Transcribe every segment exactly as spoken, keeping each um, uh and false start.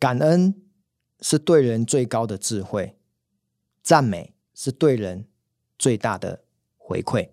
感恩是对人最高的智慧，赞美是对人最大的回馈。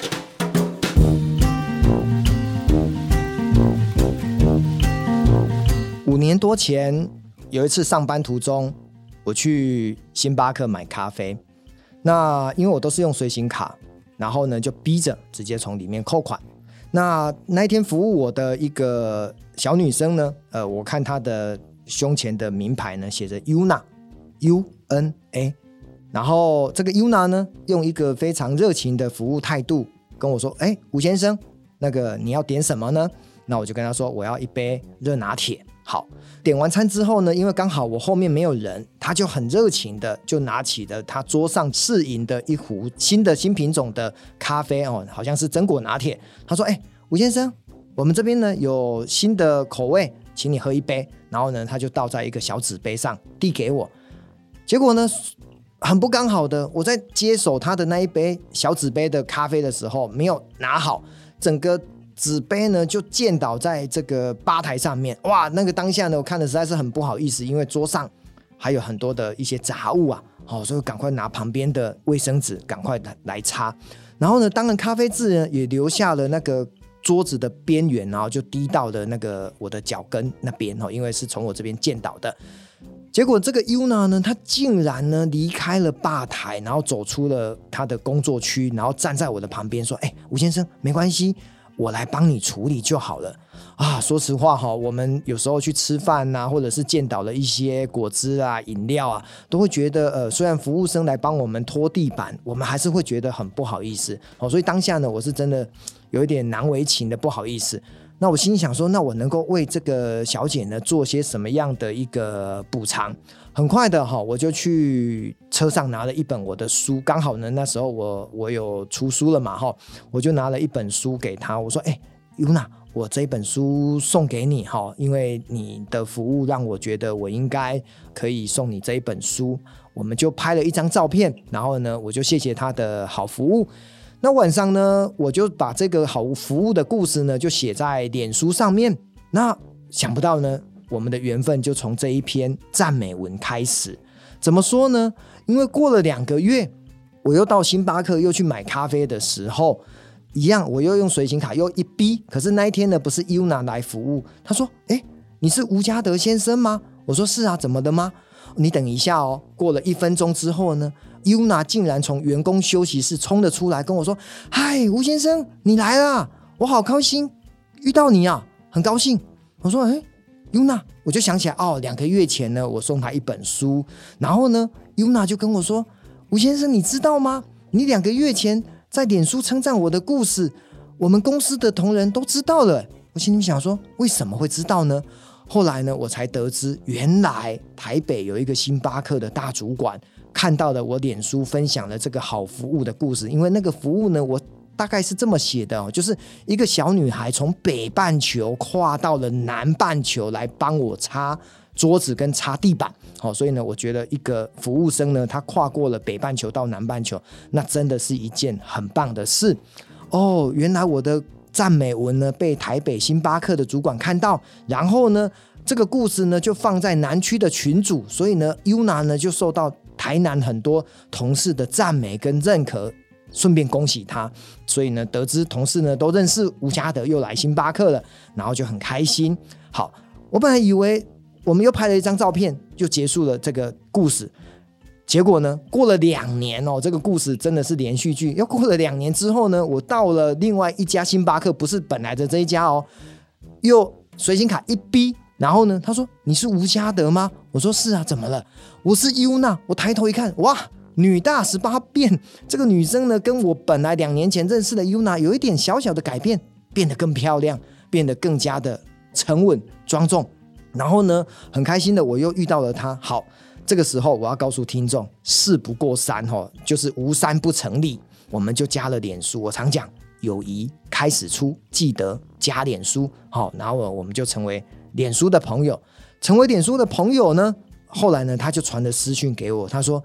五年多前，有一次上班途中，我去星巴克买咖啡。那因为我都是用随行卡，然后呢就逼着直接从里面扣款。那那一天服务我的一个小女生呢，呃，我看她的胸前的名牌呢写着 Yuna U N A， 然后这个 Yuna 呢用一个非常热情的服务态度跟我说：“哎，吴先生，那个你要点什么呢？”那我就跟她说：“我要一杯热拿铁。”好，点完餐之后呢，因为刚好我后面没有人，他就很热情的就拿起了他桌上试饮的一壶新的新品种的咖啡哦，好像是榛果拿铁。他说：“哎，吴先生，我们这边呢有新的口味，请你喝一杯。”然后呢，他就倒在一个小纸杯上递给我。结果呢，很不刚好的，我在接手他的那一杯小纸杯的咖啡的时候，没有拿好，整个纸杯呢就溅倒在这个吧台上面。哇，那个当下呢我看的实在是很不好意思，因为桌上还有很多的一些杂物啊，好、哦，所以赶快拿旁边的卫生纸赶快来擦。然后呢，当然咖啡渍呢也留下了那个桌子的边缘，然后就滴到了那个我的脚跟那边，因为是从我这边溅倒的。结果这个 Yuna 呢，她竟然呢离开了吧台，然后走出了她的工作区，然后站在我的旁边说：“哎，吴先生，没关系，我来帮你处理就好了。”啊，说实话哈，我们有时候去吃饭啊，或者是见到了一些果汁啊、饮料啊，都会觉得呃，虽然服务生来帮我们拖地板，我们还是会觉得很不好意思。哦，所以当下呢，我是真的有一点难为情的不好意思。那我心里想说，那我能够为这个小姐呢做些什么样的一个补偿？很快的哈，我就去车上拿了一本我的书，刚好呢那时候我我有出书了嘛哈，我就拿了一本书给她，我说：“哎，Yuna，我这一本书送给你哈，因为你的服务让我觉得我应该可以送你这一本书。”我们就拍了一张照片，然后呢我就谢谢她的好服务。那晚上呢，我就把这个好服务的故事呢就写在脸书上面。那想不到呢，我们的缘分就从这一篇赞美文开始。怎么说呢？因为过了两个月，我又到星巴克又去买咖啡的时候，一样我又用随行卡又一逼，可是那一天呢不是 Yuna 来服务。他说：“哎，你是吴家德先生吗？”我说：“是啊，怎么的吗？”你等一下哦。过了一分钟之后呢， Yuna 竟然从员工休息室冲了出来跟我说：“嗨，吴先生，你来啦，我好开心遇到你啊，很高兴。”我说：“哎 ，Yuna， 我就想起来哦，两个月前呢，我送他一本书，然后呢 ，Yuna 就跟我说：‘吴先生，你知道吗？你两个月前在脸书称赞我的故事，我们公司的同仁都知道了。’我心里想说，为什么会知道呢？后来呢，我才得知，原来台北有一个星巴克的大主管看到了我脸书分享了这个好服务的故事。因为那个服务呢，我大概是这么写的、哦、就是一个小女孩从北半球跨到了南半球来帮我擦桌子跟擦地板、哦、所以呢，我觉得一个服务生呢，他跨过了北半球到南半球，那真的是一件很棒的事哦。原来我的赞美文呢被台北星巴克的主管看到，然后呢这个故事呢就放在南区的群组，所以呢 Yuna 呢就受到台南很多同事的赞美跟认可，顺便恭喜他。所以呢得知同事呢都认识吴家德又来星巴克了，然后就很开心。好，我本来以为我们又拍了一张照片就结束了这个故事，结果呢过了两年哦，这个故事真的是连续剧。又过了两年之后呢，我到了另外一家星巴克，不是本来的这一家哦，又随行卡一逼，然后呢他说：“你是吴家德吗？”我说：“是啊，怎么了？”我是 Yuna。 我抬头一看，哇，女大十八变，这个女生呢跟我本来两年前认识的 Yuna 有一点小小的改变，变得更漂亮，变得更加的沉稳庄重。然后呢很开心的我又遇到了她。好，这个时候我要告诉听众，事不过三、哦、就是无三不成立。我们就加了脸书。我常讲友谊开始出，记得加脸书、哦、然后我们就成为脸书的朋友。成为脸书的朋友呢，后来呢他就传了私讯给我，他说：“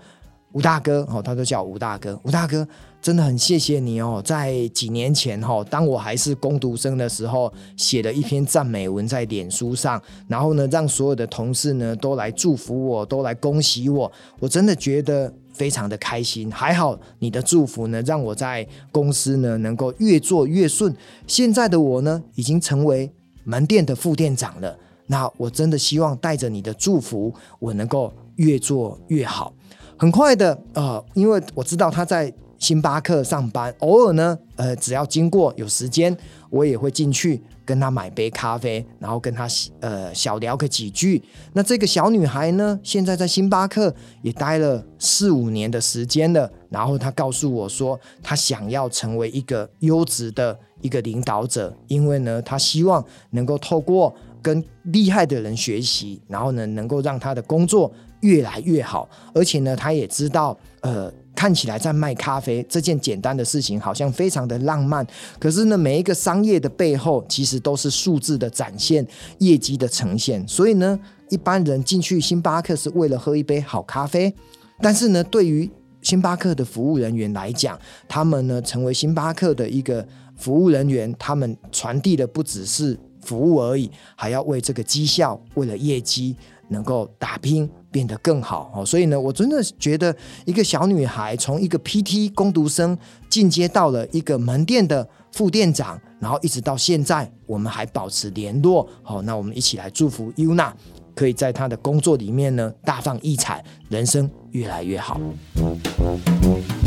吴大哥、哦、他都叫吴大哥，吴大哥真的很谢谢你哦，在几年前、哦、当我还是工读生的时候，写了一篇赞美文在脸书上，然后呢让所有的同事呢都来祝福我，都来恭喜我，我真的觉得非常的开心。还好你的祝福呢让我在公司呢能够越做越顺，现在的我呢已经成为门店的副店长了，那我真的希望带着你的祝福，我能够越做越好。很快的呃，因为我知道他在星巴克上班，偶尔呢呃，只要经过有时间，我也会进去跟他买杯咖啡，然后跟他呃小聊个几句。那这个小女孩呢，现在在星巴克也待了四五年的时间了，然后她告诉我说，她想要成为一个优质的一个领导者，因为呢，她希望能够透过跟厉害的人学习，然后呢，能够让她的工作越来越好。而且呢，她也知道，呃，看起来在卖咖啡这件简单的事情好像非常的浪漫，可是呢，每一个商业的背后其实都是数字的展现，业绩的呈现。所以呢，一般人进去星巴克是为了喝一杯好咖啡，但是呢，对于星巴克的服务人员来讲，他们呢成为星巴克的一个服务人员，他们传递的不只是服务而已，还要为这个绩效，为了业绩能够打拼，变得更好。所以呢，我真的觉得一个小女孩从一个 P T 工读生进阶到了一个门店的副店长，然后一直到现在我们还保持联络。好，那我们一起来祝福 Yuna 可以在她的工作里面呢大放异彩，人生越来越好。